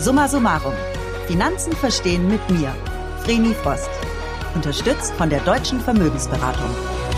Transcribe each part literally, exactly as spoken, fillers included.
Summa summarum. Finanzen verstehen mit mir, Vreni Frost. Unterstützt von der Deutschen Vermögensberatung.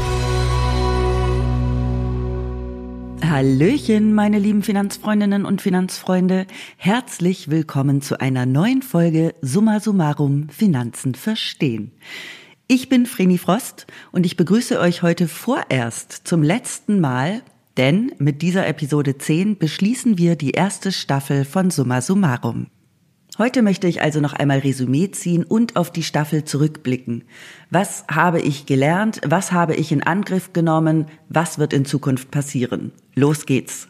Hallöchen, meine lieben Finanzfreundinnen und Finanzfreunde. Herzlich willkommen zu einer neuen Folge Summa summarum Finanzen verstehen. Ich bin Vreni Frost und ich begrüße euch heute vorerst zum letzten Mal, denn mit dieser Episode zehn beschließen wir die erste Staffel von Summa summarum. Heute möchte ich also noch einmal Resümee ziehen und auf die Staffel zurückblicken. Was habe ich gelernt? Was habe ich in Angriff genommen? Was wird in Zukunft passieren? Los geht's!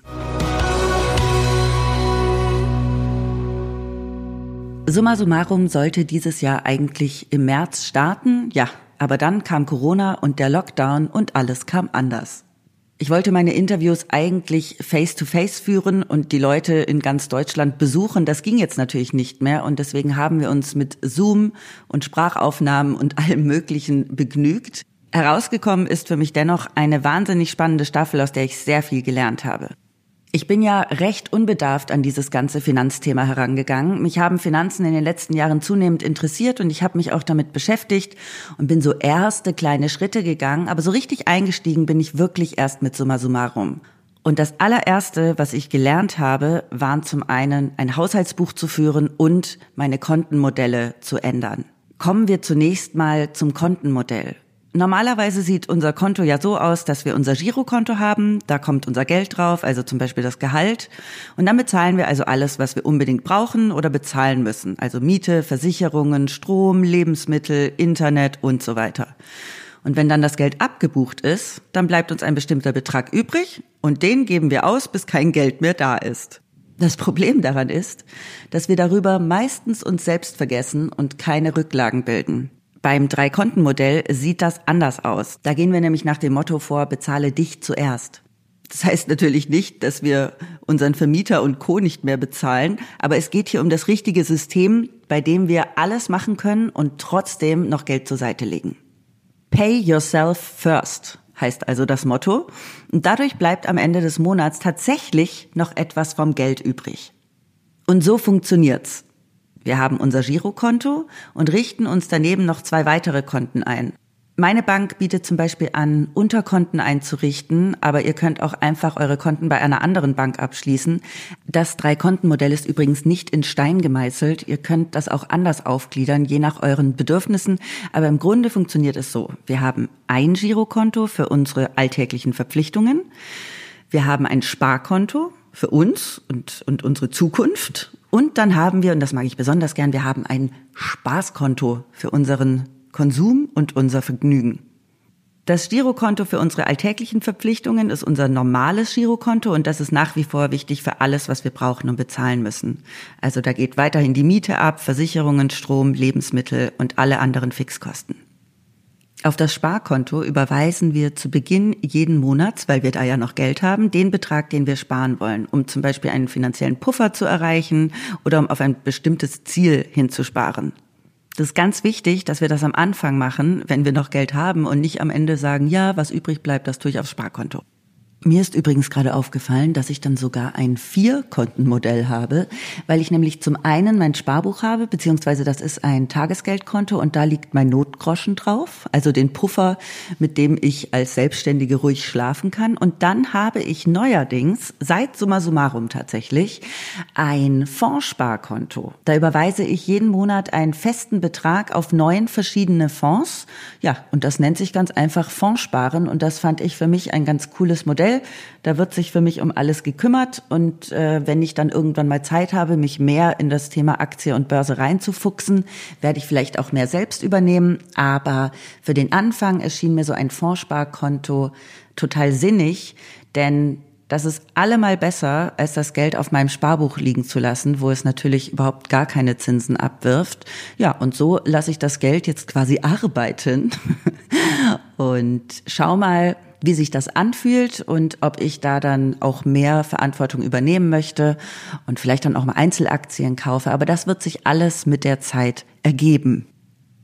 Summa summarum sollte dieses Jahr eigentlich im März starten, ja, aber dann kam Corona und der Lockdown und alles kam anders. Ich wollte meine Interviews eigentlich face-to-face führen und die Leute in ganz Deutschland besuchen. Das ging jetzt natürlich nicht mehr und deswegen haben wir uns mit Zoom und Sprachaufnahmen und allem Möglichen begnügt. Herausgekommen ist für mich dennoch eine wahnsinnig spannende Staffel, aus der ich sehr viel gelernt habe. Ich bin ja recht unbedarft an dieses ganze Finanzthema herangegangen. Mich haben Finanzen in den letzten Jahren zunehmend interessiert und ich habe mich auch damit beschäftigt und bin so erste kleine Schritte gegangen, aber so richtig eingestiegen bin ich wirklich erst mit Summa summarum. Und das allererste, was ich gelernt habe, waren zum einen ein Haushaltsbuch zu führen und meine Kontenmodelle zu ändern. Kommen wir zunächst mal zum Kontenmodell. Normalerweise sieht unser Konto ja so aus, dass wir unser Girokonto haben, da kommt unser Geld drauf, also zum Beispiel das Gehalt. Und dann bezahlen wir also alles, was wir unbedingt brauchen oder bezahlen müssen. Also Miete, Versicherungen, Strom, Lebensmittel, Internet und so weiter. Und wenn dann das Geld abgebucht ist, dann bleibt uns ein bestimmter Betrag übrig und den geben wir aus, bis kein Geld mehr da ist. Das Problem daran ist, dass wir darüber meistens uns selbst vergessen und keine Rücklagen bilden. Beim Drei-Konten-Modell sieht das anders aus. Da gehen wir nämlich nach dem Motto vor, bezahle dich zuerst. Das heißt natürlich nicht, dass wir unseren Vermieter und Co. nicht mehr bezahlen, aber es geht hier um das richtige System, bei dem wir alles machen können und trotzdem noch Geld zur Seite legen. Pay yourself first heißt also das Motto. Und dadurch bleibt am Ende des Monats tatsächlich noch etwas vom Geld übrig. Und so funktioniert's. Wir haben unser Girokonto und richten uns daneben noch zwei weitere Konten ein. Meine Bank bietet zum Beispiel an, Unterkonten einzurichten, aber ihr könnt auch einfach eure Konten bei einer anderen Bank abschließen. Das Drei-Konten-Modell ist übrigens nicht in Stein gemeißelt. Ihr könnt das auch anders aufgliedern, je nach euren Bedürfnissen. Aber im Grunde funktioniert es so. Wir haben ein Girokonto für unsere alltäglichen Verpflichtungen. Wir haben ein Sparkonto für uns und, und unsere Zukunft. Und dann haben wir, und das mag ich besonders gern, wir haben ein Spaßkonto für unseren Konsum und unser Vergnügen. Das Girokonto für unsere alltäglichen Verpflichtungen ist unser normales Girokonto und das ist nach wie vor wichtig für alles, was wir brauchen und bezahlen müssen. Also da geht weiterhin die Miete ab, Versicherungen, Strom, Lebensmittel und alle anderen Fixkosten. Auf das Sparkonto überweisen wir zu Beginn jeden Monats, weil wir da ja noch Geld haben, den Betrag, den wir sparen wollen, um zum Beispiel einen finanziellen Puffer zu erreichen oder um auf ein bestimmtes Ziel hinzusparen. Das ist ganz wichtig, dass wir das am Anfang machen, wenn wir noch Geld haben und nicht am Ende sagen, ja, was übrig bleibt, das tue ich aufs Sparkonto. Mir ist übrigens gerade aufgefallen, dass ich dann sogar ein Vier-Konten-Modell habe, weil ich nämlich zum einen mein Sparbuch habe, beziehungsweise das ist ein Tagesgeldkonto und da liegt mein Notgroschen drauf, also den Puffer, mit dem ich als Selbstständige ruhig schlafen kann. Und dann habe ich neuerdings, seit Summa summarum tatsächlich, ein Fondssparkonto. Da überweise ich jeden Monat einen festen Betrag auf neun verschiedene Fonds. Ja, und das nennt sich ganz einfach Fondssparen und das fand ich für mich ein ganz cooles Modell. Da wird sich für mich um alles gekümmert und äh, wenn ich dann irgendwann mal Zeit habe, mich mehr in das Thema Aktie und Börse reinzufuchsen, werde ich vielleicht auch mehr selbst übernehmen. Aber für den Anfang erschien mir so ein Fondssparkonto total sinnig, denn das ist allemal besser, als das Geld auf meinem Sparbuch liegen zu lassen, wo es natürlich überhaupt gar keine Zinsen abwirft. Ja, und so lasse ich das Geld jetzt quasi arbeiten und schau mal, wie sich das anfühlt und ob ich da dann auch mehr Verantwortung übernehmen möchte und vielleicht dann auch mal Einzelaktien kaufe. Aber das wird sich alles mit der Zeit ergeben.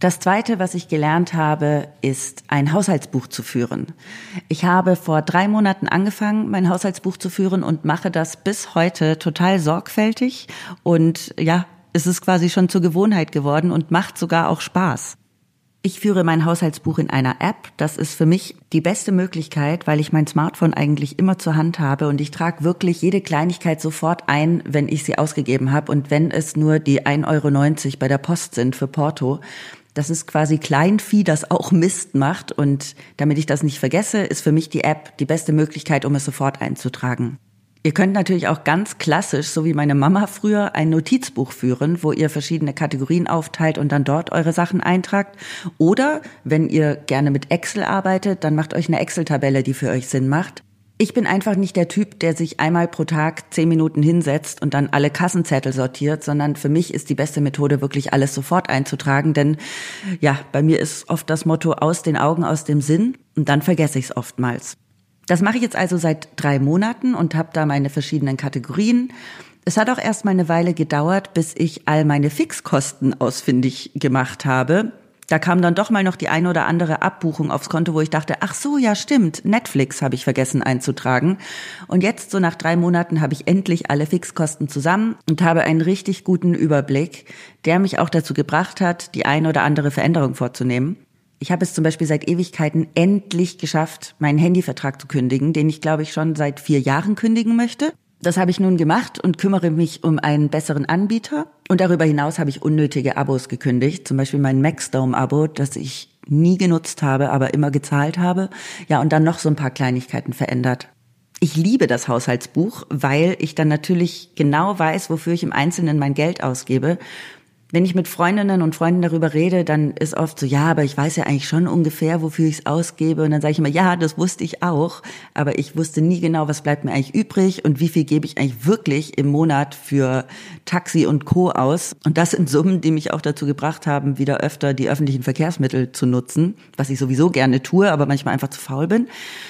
Das Zweite, was ich gelernt habe, ist, ein Haushaltsbuch zu führen. Ich habe vor drei Monaten angefangen, mein Haushaltsbuch zu führen und mache das bis heute total sorgfältig. Und ja, es ist quasi schon zur Gewohnheit geworden und macht sogar auch Spaß. Ich führe mein Haushaltsbuch in einer App. Das ist für mich die beste Möglichkeit, weil ich mein Smartphone eigentlich immer zur Hand habe und ich trage wirklich jede Kleinigkeit sofort ein, wenn ich sie ausgegeben habe und wenn es nur die ein Euro neunzig bei der Post sind für Porto. Das ist quasi Kleinvieh, das auch Mist macht und damit ich das nicht vergesse, ist für mich die App die beste Möglichkeit, um es sofort einzutragen. Ihr könnt natürlich auch ganz klassisch, so wie meine Mama früher, ein Notizbuch führen, wo ihr verschiedene Kategorien aufteilt und dann dort eure Sachen eintragt. Oder wenn ihr gerne mit Excel arbeitet, dann macht euch eine Excel-Tabelle, die für euch Sinn macht. Ich bin einfach nicht der Typ, der sich einmal pro Tag zehn Minuten hinsetzt und dann alle Kassenzettel sortiert, sondern für mich ist die beste Methode, wirklich alles sofort einzutragen. Denn ja, bei mir ist oft das Motto aus den Augen, aus dem Sinn und dann vergesse ich es oftmals. Das mache ich jetzt also seit drei Monaten und habe da meine verschiedenen Kategorien. Es hat auch erst mal eine Weile gedauert, bis ich all meine Fixkosten ausfindig gemacht habe. Da kam dann doch mal noch die eine oder andere Abbuchung aufs Konto, wo ich dachte, ach so, ja stimmt, Netflix habe ich vergessen einzutragen. Und jetzt, so nach drei Monaten, habe ich endlich alle Fixkosten zusammen und habe einen richtig guten Überblick, der mich auch dazu gebracht hat, die eine oder andere Veränderung vorzunehmen. Ich habe es zum Beispiel seit Ewigkeiten endlich geschafft, meinen Handyvertrag zu kündigen, den ich, glaube ich, schon seit vier Jahren kündigen möchte. Das habe ich nun gemacht und kümmere mich um einen besseren Anbieter. Und darüber hinaus habe ich unnötige Abos gekündigt, zum Beispiel mein Maxdome-Abo, das ich nie genutzt habe, aber immer gezahlt habe. Ja, und dann noch so ein paar Kleinigkeiten verändert. Ich liebe das Haushaltsbuch, weil ich dann natürlich genau weiß, wofür ich im Einzelnen mein Geld ausgebe. Wenn ich mit Freundinnen und Freunden darüber rede, dann ist oft so, ja, aber ich weiß ja eigentlich schon ungefähr, wofür ich es ausgebe. Und dann sage ich immer, ja, das wusste ich auch. Aber ich wusste nie genau, was bleibt mir eigentlich übrig und wie viel gebe ich eigentlich wirklich im Monat für Taxi und Co. aus. Und das sind Summen, die mich auch dazu gebracht haben, wieder öfter die öffentlichen Verkehrsmittel zu nutzen, was ich sowieso gerne tue, aber manchmal einfach zu faul bin.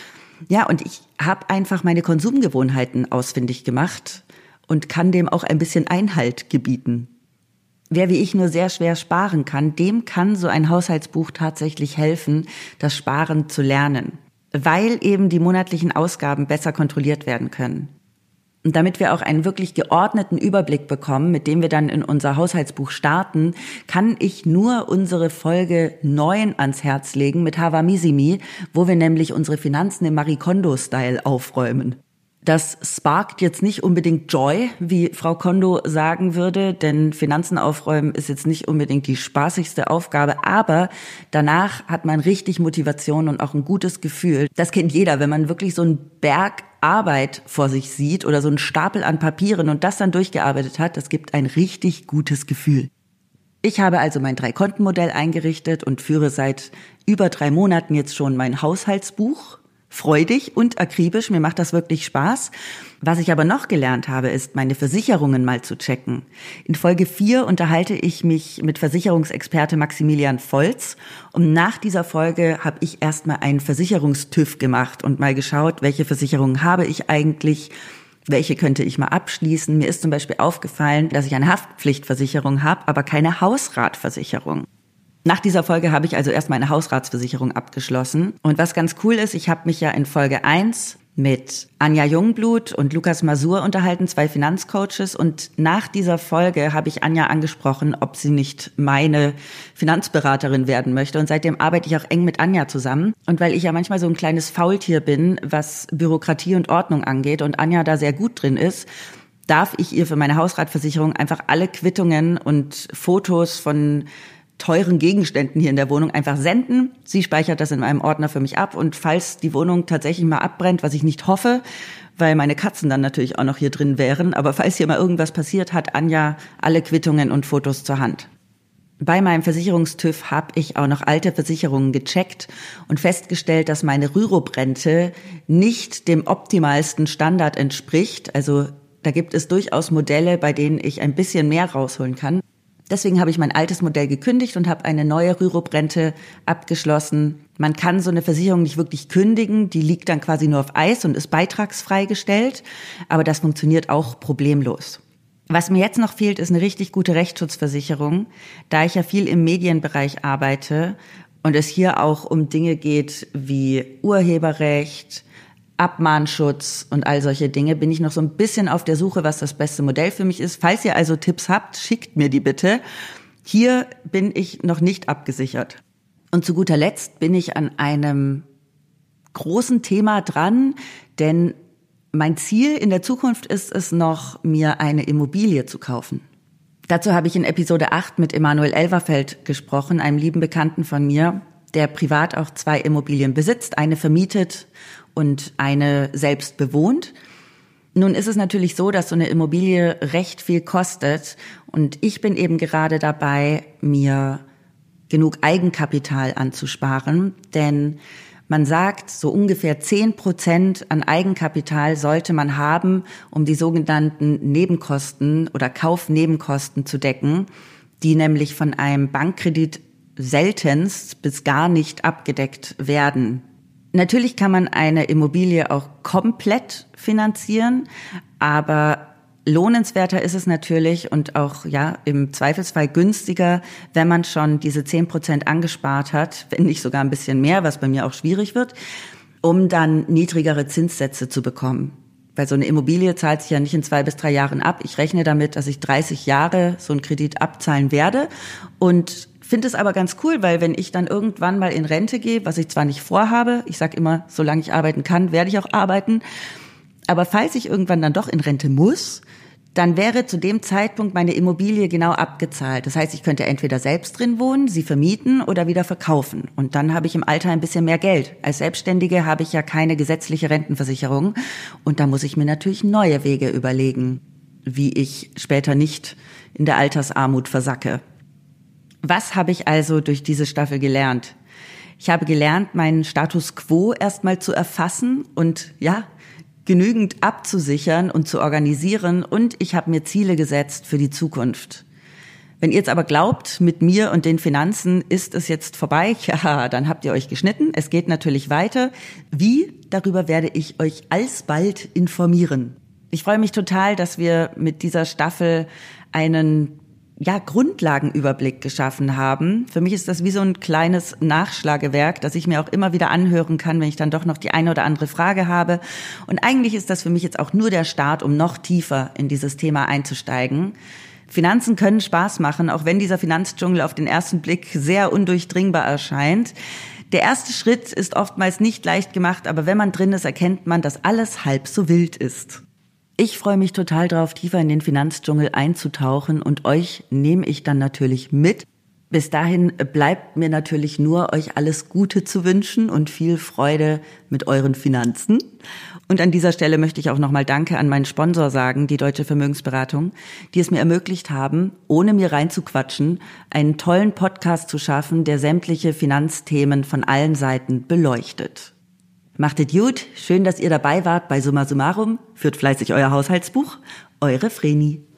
Ja, und ich habe einfach meine Konsumgewohnheiten ausfindig gemacht und kann dem auch ein bisschen Einhalt gebieten. Wer wie ich nur sehr schwer sparen kann, dem kann so ein Haushaltsbuch tatsächlich helfen, das Sparen zu lernen, weil eben die monatlichen Ausgaben besser kontrolliert werden können. Und damit wir auch einen wirklich geordneten Überblick bekommen, mit dem wir dann in unser Haushaltsbuch starten, kann ich nur unsere Folge neun ans Herz legen mit Havamisimi, wo wir nämlich unsere Finanzen im Marie Kondo-Style aufräumen. Das sparkt jetzt nicht unbedingt Joy, wie Frau Kondo sagen würde, denn Finanzen aufräumen ist jetzt nicht unbedingt die spaßigste Aufgabe, aber danach hat man richtig Motivation und auch ein gutes Gefühl. Das kennt jeder, wenn man wirklich so einen Berg Arbeit vor sich sieht oder so einen Stapel an Papieren und das dann durchgearbeitet hat, das gibt ein richtig gutes Gefühl. Ich habe also mein Drei-Konten-Modell eingerichtet und führe seit über drei Monaten jetzt schon mein Haushaltsbuch. Freudig und akribisch, mir macht das wirklich Spaß. Was ich aber noch gelernt habe, ist, meine Versicherungen mal zu checken. In Folge vier unterhalte ich mich mit Versicherungsexperte Maximilian Volz und nach dieser Folge habe ich erstmal einen Versicherungstüv gemacht und mal geschaut, welche Versicherungen habe ich eigentlich, welche könnte ich mal abschließen. Mir ist zum Beispiel aufgefallen, dass ich eine Haftpflichtversicherung habe, aber keine Hausratversicherung. Nach dieser Folge habe ich also erst meine Hausratsversicherung abgeschlossen. Und was ganz cool ist, ich habe mich ja in Folge eins mit Anja Jungblut und Lukas Masur unterhalten, zwei Finanzcoaches. Und nach dieser Folge habe ich Anja angesprochen, ob sie nicht meine Finanzberaterin werden möchte. Und seitdem arbeite ich auch eng mit Anja zusammen. Und weil ich ja manchmal so ein kleines Faultier bin, was Bürokratie und Ordnung angeht und Anja da sehr gut drin ist, darf ich ihr für meine Hausratversicherung einfach alle Quittungen und Fotos von teuren Gegenständen hier in der Wohnung einfach senden. Sie speichert das in einem Ordner für mich ab und falls die Wohnung tatsächlich mal abbrennt, was ich nicht hoffe, weil meine Katzen dann natürlich auch noch hier drin wären, aber falls hier mal irgendwas passiert, hat Anja alle Quittungen und Fotos zur Hand. Bei meinem Versicherungstüv habe ich auch noch alte Versicherungen gecheckt und festgestellt, dass meine Rürup-Rente nicht dem optimalsten Standard entspricht. Also da gibt es durchaus Modelle, bei denen ich ein bisschen mehr rausholen kann. Deswegen habe ich mein altes Modell gekündigt und habe eine neue Rürup-Rente abgeschlossen. Man kann so eine Versicherung nicht wirklich kündigen, die liegt dann quasi nur auf Eis und ist beitragsfrei gestellt, aber das funktioniert auch problemlos. Was mir jetzt noch fehlt, ist eine richtig gute Rechtsschutzversicherung, da ich ja viel im Medienbereich arbeite und es hier auch um Dinge geht wie Urheberrecht, Abmahnschutz und all solche Dinge, bin ich noch so ein bisschen auf der Suche, was das beste Modell für mich ist. Falls ihr also Tipps habt, schickt mir die bitte. Hier bin ich noch nicht abgesichert. Und zu guter Letzt bin ich an einem großen Thema dran, denn mein Ziel in der Zukunft ist es noch, mir eine Immobilie zu kaufen. Dazu habe ich in Episode acht mit Emanuel Elverfeld gesprochen, einem lieben Bekannten von mir, der privat auch zwei Immobilien besitzt, eine vermietet und eine selbst bewohnt. Nun ist es natürlich so, dass so eine Immobilie recht viel kostet und ich bin eben gerade dabei, mir genug Eigenkapital anzusparen, denn man sagt, so ungefähr zehn Prozent an Eigenkapital sollte man haben, um die sogenannten Nebenkosten oder Kaufnebenkosten zu decken, die nämlich von einem Bankkredit seltenst bis gar nicht abgedeckt werden. Natürlich kann man eine Immobilie auch komplett finanzieren, aber lohnenswerter ist es natürlich und auch ja im Zweifelsfall günstiger, wenn man schon diese zehn Prozent angespart hat, wenn nicht sogar ein bisschen mehr, was bei mir auch schwierig wird, um dann niedrigere Zinssätze zu bekommen. Weil so eine Immobilie zahlt sich ja nicht in zwei bis drei Jahren ab. Ich rechne damit, dass ich dreißig Jahre so einen Kredit abzahlen werde und finde es aber ganz cool, weil wenn ich dann irgendwann mal in Rente gehe, was ich zwar nicht vorhabe, ich sage immer, solange ich arbeiten kann, werde ich auch arbeiten, aber falls ich irgendwann dann doch in Rente muss, dann wäre zu dem Zeitpunkt meine Immobilie genau abgezahlt. Das heißt, ich könnte entweder selbst drin wohnen, sie vermieten oder wieder verkaufen. Und dann habe ich im Alter ein bisschen mehr Geld. Als Selbstständige habe ich ja keine gesetzliche Rentenversicherung. Und da muss ich mir natürlich neue Wege überlegen, wie ich später nicht in der Altersarmut versacke. Was habe ich also durch diese Staffel gelernt? Ich habe gelernt, meinen Status quo erstmal zu erfassen und ja, genügend abzusichern und zu organisieren und ich habe mir Ziele gesetzt für die Zukunft. Wenn ihr jetzt aber glaubt, mit mir und den Finanzen ist es jetzt vorbei, ja, dann habt ihr euch geschnitten. Es geht natürlich weiter. Wie? Darüber werde ich euch alsbald informieren. Ich freue mich total, dass wir mit dieser Staffel einen ja, Grundlagenüberblick geschaffen haben. Für mich ist das wie so ein kleines Nachschlagewerk, das ich mir auch immer wieder anhören kann, wenn ich dann doch noch die eine oder andere Frage habe. Und eigentlich ist das für mich jetzt auch nur der Start, um noch tiefer in dieses Thema einzusteigen. Finanzen können Spaß machen, auch wenn dieser Finanzdschungel auf den ersten Blick sehr undurchdringbar erscheint. Der erste Schritt ist oftmals nicht leicht gemacht, aber wenn man drin ist, erkennt man, dass alles halb so wild ist. Ich freue mich total drauf, tiefer in den Finanzdschungel einzutauchen und euch nehme ich dann natürlich mit. Bis dahin bleibt mir natürlich nur, euch alles Gute zu wünschen und viel Freude mit euren Finanzen. Und an dieser Stelle möchte ich auch nochmal Danke an meinen Sponsor sagen, die Deutsche Vermögensberatung, die es mir ermöglicht haben, ohne mir reinzuquatschen, einen tollen Podcast zu schaffen, der sämtliche Finanzthemen von allen Seiten beleuchtet. Macht es gut, schön, dass ihr dabei wart bei Summa Summarum, führt fleißig euer Haushaltsbuch, eure Vreni.